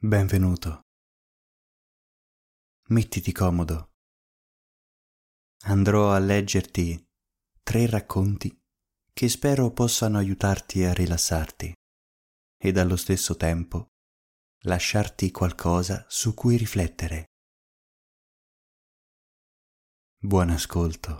Benvenuto. Mettiti comodo. Andrò a leggerti 3 racconti che spero possano aiutarti a rilassarti ed allo stesso tempo lasciarti qualcosa su cui riflettere. Buon ascolto.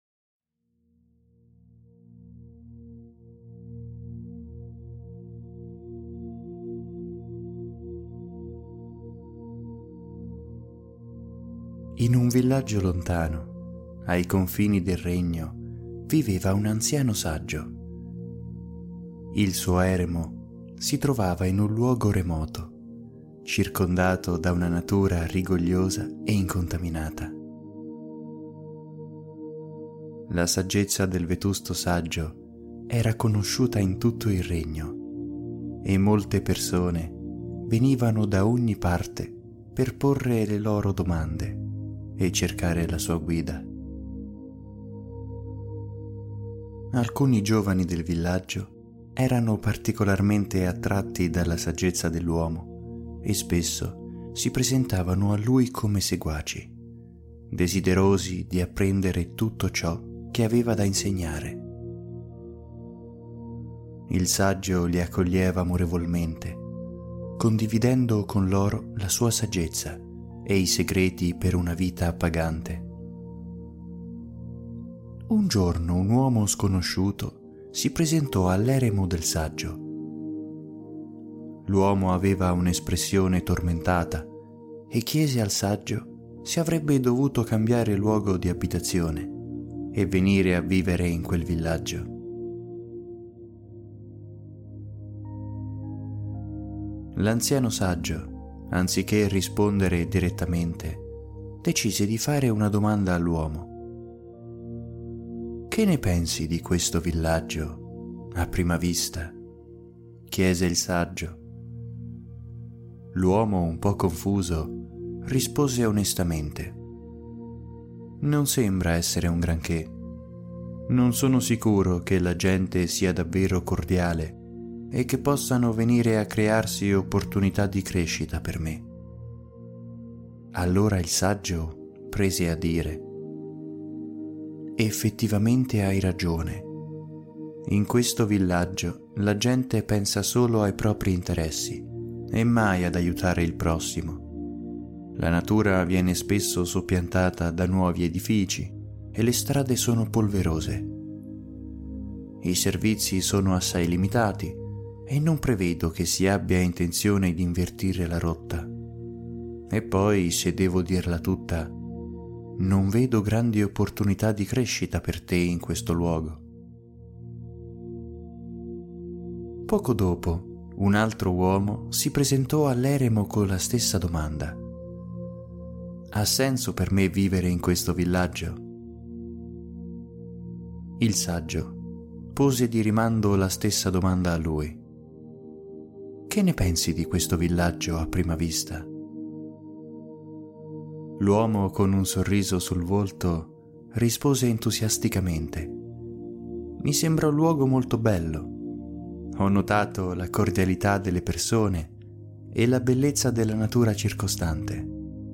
In un villaggio lontano, ai confini del regno, viveva un anziano saggio. Il suo eremo si trovava in un luogo remoto, circondato da una natura rigogliosa e incontaminata. La saggezza del vetusto saggio era conosciuta in tutto il regno e molte persone venivano da ogni parte per porre le loro domande e cercare la sua guida. Alcuni giovani del villaggio erano particolarmente attratti dalla saggezza dell'uomo e spesso si presentavano a lui come seguaci, desiderosi di apprendere tutto ciò che aveva da insegnare. Il saggio li accoglieva amorevolmente, condividendo con loro la sua saggezza e i segreti per una vita appagante. Un giorno un uomo sconosciuto si presentò all'eremo del saggio. L'uomo aveva un'espressione tormentata e chiese al saggio se avrebbe dovuto cambiare luogo di abitazione e venire a vivere in quel villaggio. L'anziano saggio, anziché rispondere direttamente, decise di fare una domanda all'uomo. «Che ne pensi di questo villaggio, a prima vista?» chiese il saggio. L'uomo, un po' confuso, rispose onestamente: «Non sembra essere un granché. Non sono sicuro che la gente sia davvero cordiale e che possano venire a crearsi opportunità di crescita per me». Allora il saggio prese a dire: «Effettivamente hai ragione. In questo villaggio la gente pensa solo ai propri interessi e mai ad aiutare il prossimo. La natura viene spesso soppiantata da nuovi edifici e le strade sono polverose. I servizi sono assai limitati e non prevedo che si abbia intenzione di invertire la rotta. E poi, se devo dirla tutta, non vedo grandi opportunità di crescita per te in questo luogo». Poco dopo, un altro uomo si presentò all'eremo con la stessa domanda: «Ha senso per me vivere in questo villaggio?» Il saggio pose di rimando la stessa domanda a lui: «Che ne pensi di questo villaggio a prima vista?» L'uomo, con un sorriso sul volto, rispose entusiasticamente: «Mi sembra un luogo molto bello. Ho notato la cordialità delle persone e la bellezza della natura circostante».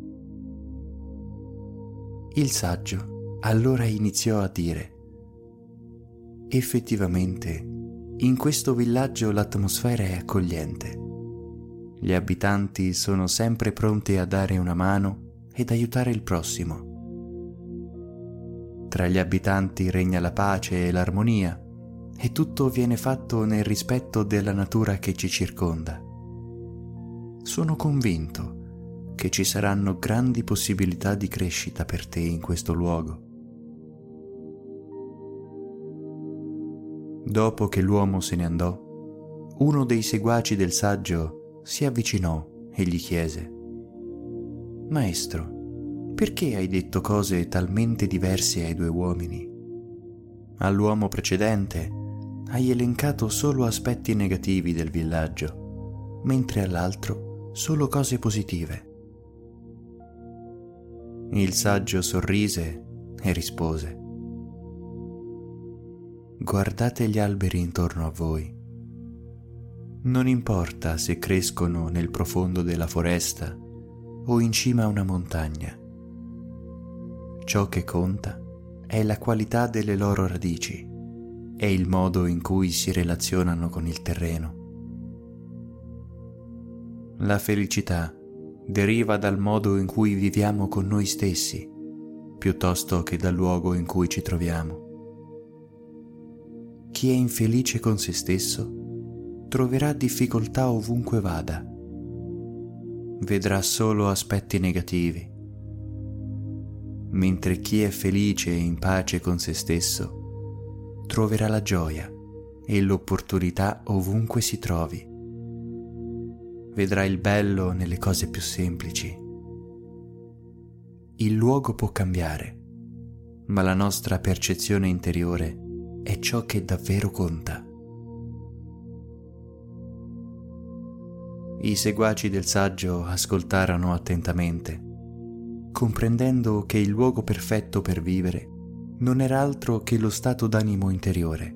Il saggio allora iniziò a dire: «Effettivamente, in questo villaggio l'atmosfera è accogliente. Gli abitanti sono sempre pronti a dare una mano ed aiutare il prossimo. Tra gli abitanti regna la pace e l'armonia e tutto viene fatto nel rispetto della natura che ci circonda. Sono convinto che ci saranno grandi possibilità di crescita per te in questo luogo». Dopo che l'uomo se ne andò, uno dei seguaci del saggio si avvicinò e gli chiese: «Maestro, perché hai detto cose talmente diverse ai 2 uomini? All'uomo precedente hai elencato solo aspetti negativi del villaggio, mentre all'altro solo cose positive». Il saggio sorrise e rispose: «Guardate gli alberi intorno a voi. Non importa se crescono nel profondo della foresta o in cima a una montagna. Ciò che conta è la qualità delle loro radici e il modo in cui si relazionano con il terreno. La felicità deriva dal modo in cui viviamo con noi stessi, piuttosto che dal luogo in cui ci troviamo. Chi è infelice con se stesso troverà difficoltà ovunque vada. Vedrà solo aspetti negativi, mentre chi è felice e in pace con se stesso troverà la gioia e l'opportunità ovunque si trovi. Vedrà il bello nelle cose più semplici. Il luogo può cambiare, ma la nostra percezione interiore è ciò che davvero conta. I seguaci del saggio ascoltarono attentamente, comprendendo che il luogo perfetto per vivere non era altro che lo stato d'animo interiore.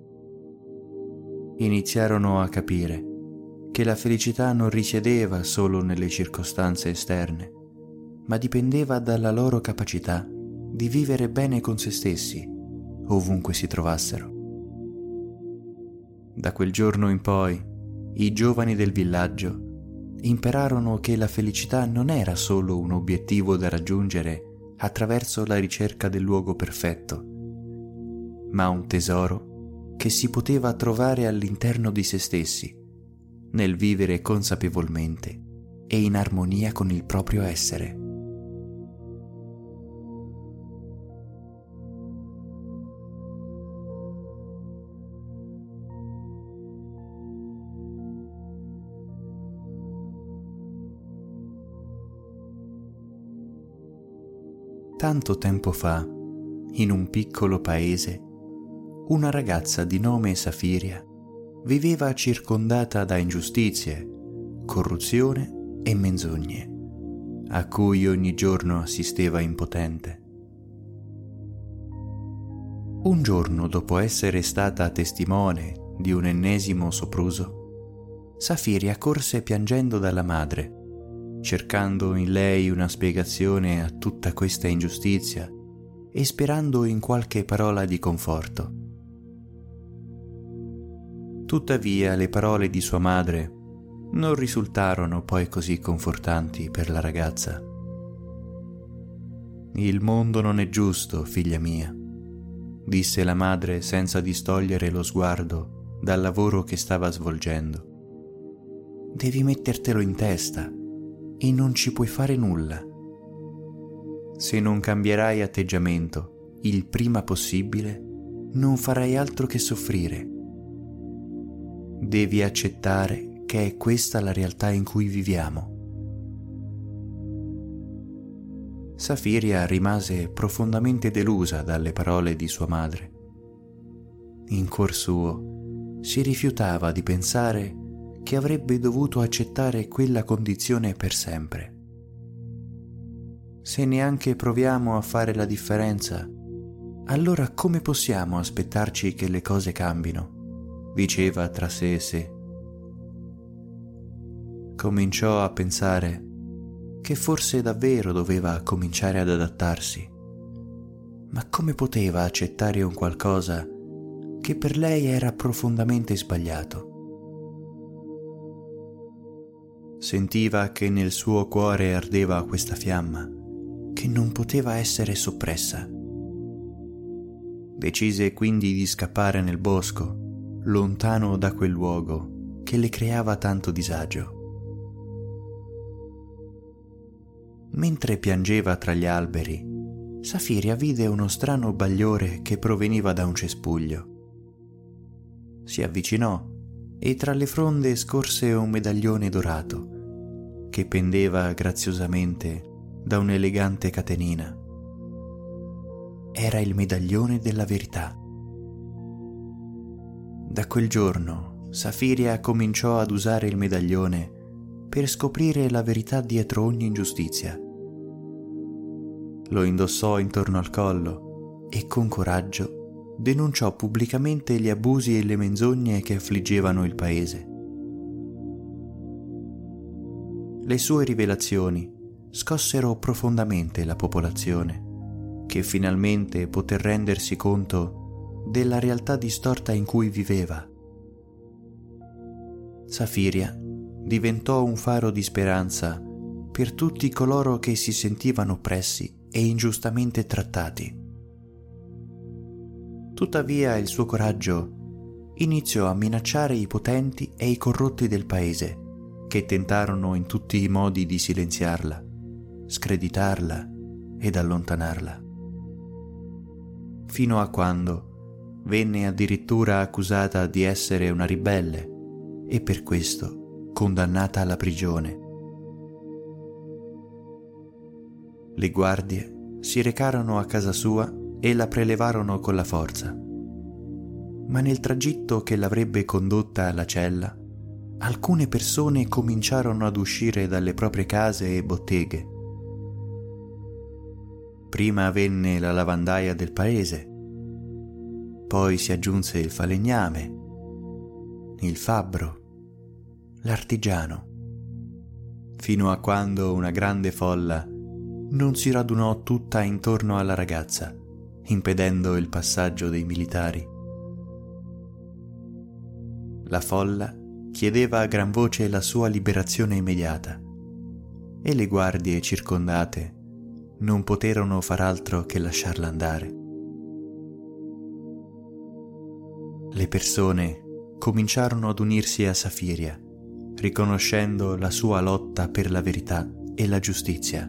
Iniziarono a capire che la felicità non risiedeva solo nelle circostanze esterne, ma dipendeva dalla loro capacità di vivere bene con se stessi, ovunque si trovassero. Da quel giorno in poi, i giovani del villaggio impararono che la felicità non era solo un obiettivo da raggiungere attraverso la ricerca del luogo perfetto, ma un tesoro che si poteva trovare all'interno di se stessi, nel vivere consapevolmente e in armonia con il proprio essere. Tanto tempo fa, in un piccolo paese, una ragazza di nome Safiria viveva circondata da ingiustizie, corruzione e menzogne, a cui ogni giorno assisteva impotente. Un giorno, dopo essere stata testimone di un ennesimo sopruso, Safiria corse piangendo dalla madre, cercando in lei una spiegazione a tutta questa ingiustizia e sperando in qualche parola di conforto. Tuttavia le parole di sua madre non risultarono poi così confortanti per la ragazza. «Il mondo non è giusto, figlia mia», disse la madre senza distogliere lo sguardo dal lavoro che stava svolgendo. «Devi mettertelo in testa e non ci puoi fare nulla. Se non cambierai atteggiamento il prima possibile, non farai altro che soffrire. Devi accettare che è questa la realtà in cui viviamo». Safiria rimase profondamente delusa dalle parole di sua madre. In cuor suo si rifiutava di pensare che avrebbe dovuto accettare quella condizione per sempre. Se neanche proviamo a fare la differenza, allora come possiamo aspettarci che le cose cambino? Diceva tra sé e sé. Cominciò a pensare che forse davvero doveva cominciare ad adattarsi. Ma come poteva accettare un qualcosa che per lei era profondamente sbagliato? Sentiva che nel suo cuore ardeva questa fiamma, che non poteva essere soppressa. Decise quindi di scappare nel bosco, lontano da quel luogo che le creava tanto disagio. Mentre piangeva tra gli alberi, Safiria vide uno strano bagliore che proveniva da un cespuglio. Si avvicinò e tra le fronde scorse un medaglione dorato che pendeva graziosamente da un'elegante catenina. Era il medaglione della verità. Da quel giorno Safiria cominciò ad usare il medaglione per scoprire la verità dietro ogni ingiustizia. Lo indossò intorno al collo e con coraggio denunciò pubblicamente gli abusi e le menzogne che affliggevano il paese. Le sue rivelazioni scossero profondamente la popolazione, che finalmente poté rendersi conto della realtà distorta in cui viveva. Safiria diventò un faro di speranza per tutti coloro che si sentivano oppressi e ingiustamente trattati. Tuttavia il suo coraggio iniziò a minacciare i potenti e i corrotti del paese, che tentarono in tutti i modi di silenziarla, screditarla ed allontanarla. Fino a quando venne addirittura accusata di essere una ribelle e per questo condannata alla prigione. Le guardie si recarono a casa sua e la prelevarono con la forza. Ma nel tragitto che l'avrebbe condotta alla cella, alcune persone cominciarono ad uscire dalle proprie case e botteghe. Prima venne la lavandaia del paese, poi si aggiunse il falegname, il fabbro, l'artigiano, fino a quando una grande folla non si radunò tutta intorno alla ragazza, impedendo il passaggio dei militari. La folla chiedeva a gran voce la sua liberazione immediata e le guardie circondate non poterono far altro che lasciarla andare. Le persone cominciarono ad unirsi a Safiria, riconoscendo la sua lotta per la verità e la giustizia.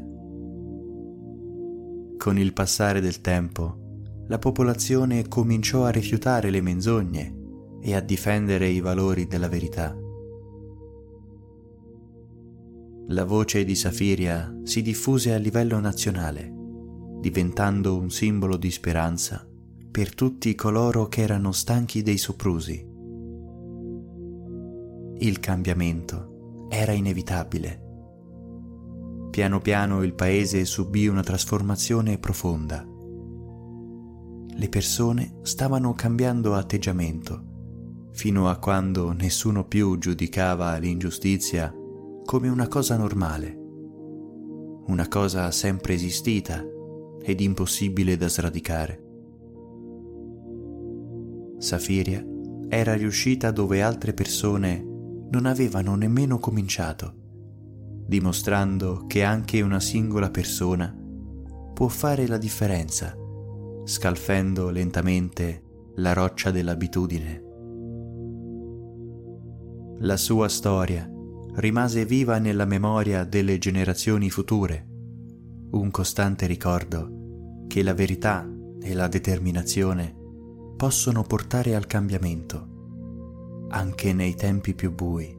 Con il passare del tempo, la popolazione cominciò a rifiutare le menzogne e a difendere i valori della verità. La voce di Safiria si diffuse a livello nazionale, diventando un simbolo di speranza per tutti coloro che erano stanchi dei soprusi. Il cambiamento era inevitabile. Piano piano il paese subì una trasformazione profonda. Le persone stavano cambiando atteggiamento, fino a quando nessuno più giudicava l'ingiustizia come una cosa normale, una cosa sempre esistita ed impossibile da sradicare. Safiria era riuscita dove altre persone non avevano nemmeno cominciato, dimostrando che anche una singola persona può fare la differenza, scalfendo lentamente la roccia dell'abitudine. La sua storia rimase viva nella memoria delle generazioni future, un costante ricordo che la verità e la determinazione possono portare al cambiamento, anche nei tempi più bui.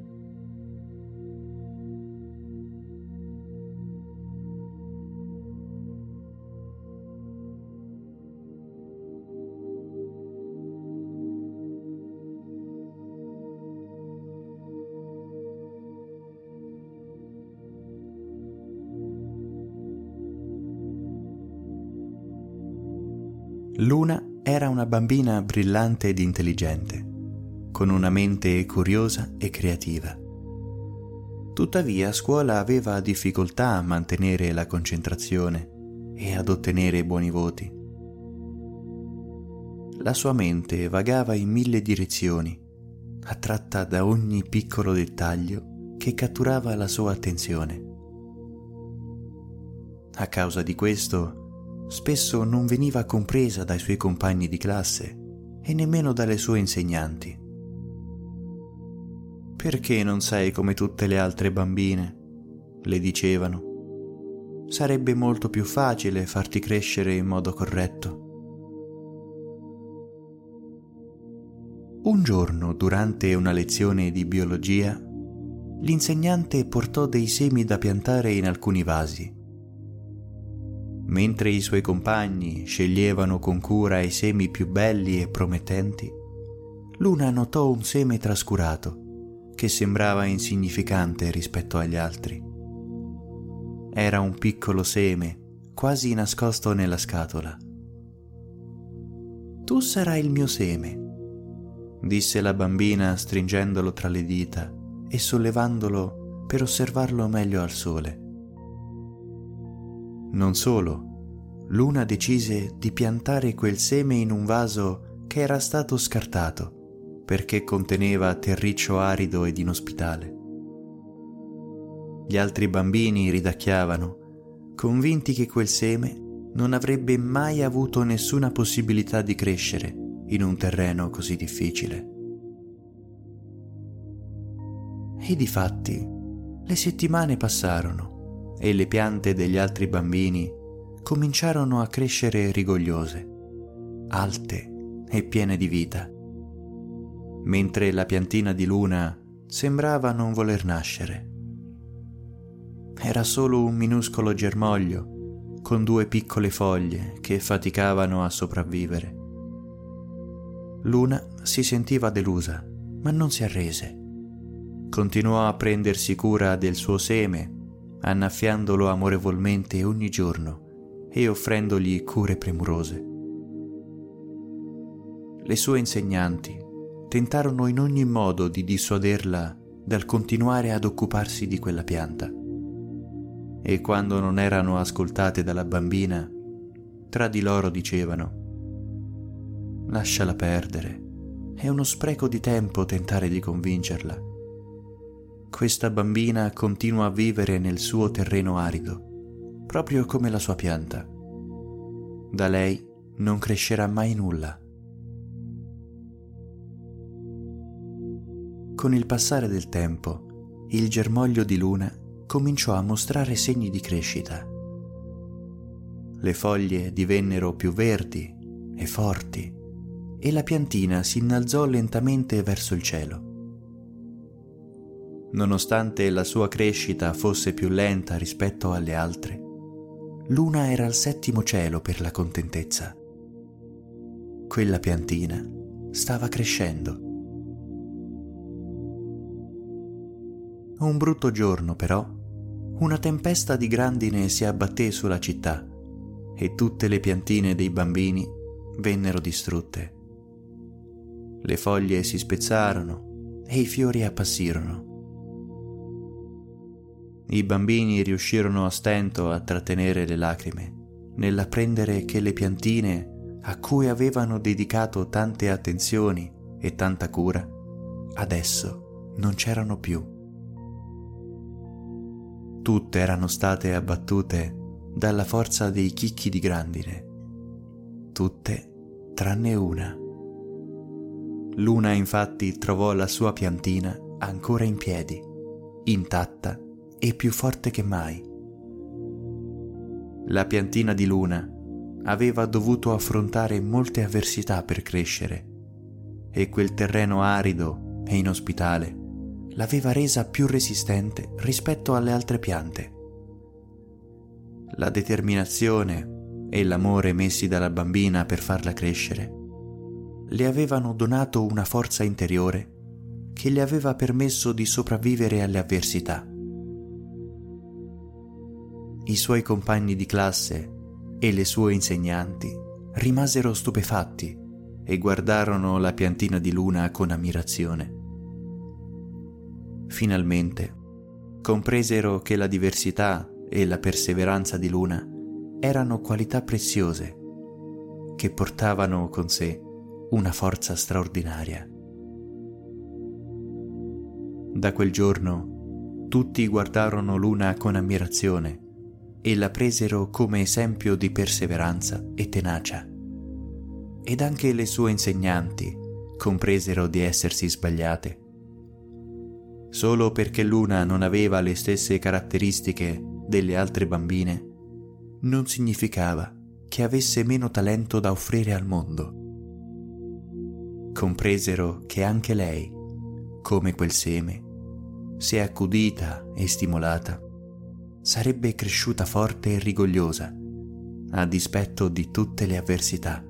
Luna era una bambina brillante ed intelligente, con una mente curiosa e creativa. Tuttavia a scuola aveva difficoltà a mantenere la concentrazione e ad ottenere buoni voti. La sua mente vagava in 1000 direzioni, attratta da ogni piccolo dettaglio che catturava la sua attenzione. A causa di questo, spesso non veniva compresa dai suoi compagni di classe e nemmeno dalle sue insegnanti. «Perché non sei come tutte le altre bambine?» le dicevano. «Sarebbe molto più facile farti crescere in modo corretto». Un giorno, durante una lezione di biologia, l'insegnante portò dei semi da piantare in alcuni vasi. Mentre i suoi compagni sceglievano con cura i semi più belli e promettenti, Luna notò un seme trascurato che sembrava insignificante rispetto agli altri. Era un piccolo seme, quasi nascosto nella scatola. «Tu sarai il mio seme», disse la bambina stringendolo tra le dita e sollevandolo per osservarlo meglio al sole. Non solo, Luna decise di piantare quel seme in un vaso che era stato scartato perché conteneva terriccio arido ed inospitale. Gli altri bambini ridacchiavano, convinti che quel seme non avrebbe mai avuto nessuna possibilità di crescere in un terreno così difficile. E difatti, le settimane passarono e le piante degli altri bambini cominciarono a crescere rigogliose, alte e piene di vita, mentre la piantina di Luna sembrava non voler nascere. Era solo un minuscolo germoglio con 2 piccole foglie che faticavano a sopravvivere. Luna si sentiva delusa, ma non si arrese. Continuò a prendersi cura del suo seme, annaffiandolo amorevolmente ogni giorno e offrendogli cure premurose. Le sue insegnanti tentarono in ogni modo di dissuaderla dal continuare ad occuparsi di quella pianta. E quando non erano ascoltate dalla bambina, tra di loro dicevano: «Lasciala perdere, è uno spreco di tempo tentare di convincerla. Questa bambina continua a vivere nel suo terreno arido, proprio come la sua pianta. Da lei non crescerà mai nulla». Con il passare del tempo, il germoglio di Luna cominciò a mostrare segni di crescita. Le foglie divennero più verdi e forti e la piantina si innalzò lentamente verso il cielo. Nonostante la sua crescita fosse più lenta rispetto alle altre, Luna era al 7° cielo per la contentezza. Quella piantina stava crescendo. Un brutto giorno, però, una tempesta di grandine si abbatté sulla città e tutte le piantine dei bambini vennero distrutte. Le foglie si spezzarono e i fiori appassirono. I bambini riuscirono a stento a trattenere le lacrime nell'apprendere che le piantine a cui avevano dedicato tante attenzioni e tanta cura adesso non c'erano più. Tutte erano state abbattute dalla forza dei chicchi di grandine, tutte tranne una. Luna infatti trovò la sua piantina ancora in piedi, intatta e più forte che mai. La piantina di Luna aveva dovuto affrontare molte avversità per crescere e quel terreno arido e inospitale l'aveva resa più resistente rispetto alle altre piante. La determinazione e l'amore messi dalla bambina per farla crescere le avevano donato una forza interiore che le aveva permesso di sopravvivere alle avversità. I suoi compagni di classe e le sue insegnanti rimasero stupefatti e guardarono la piantina di Luna con ammirazione. Finalmente compresero che la diversità e la perseveranza di Luna erano qualità preziose che portavano con sé una forza straordinaria. Da quel giorno tutti guardarono Luna con ammirazione e la presero come esempio di perseveranza e tenacia. Ed anche le sue insegnanti compresero di essersi sbagliate. Solo perché Luna non aveva le stesse caratteristiche delle altre bambine, non significava che avesse meno talento da offrire al mondo. Compresero che anche lei, come quel seme, se accudita e stimolata, sarebbe cresciuta forte e rigogliosa, a dispetto di tutte le avversità.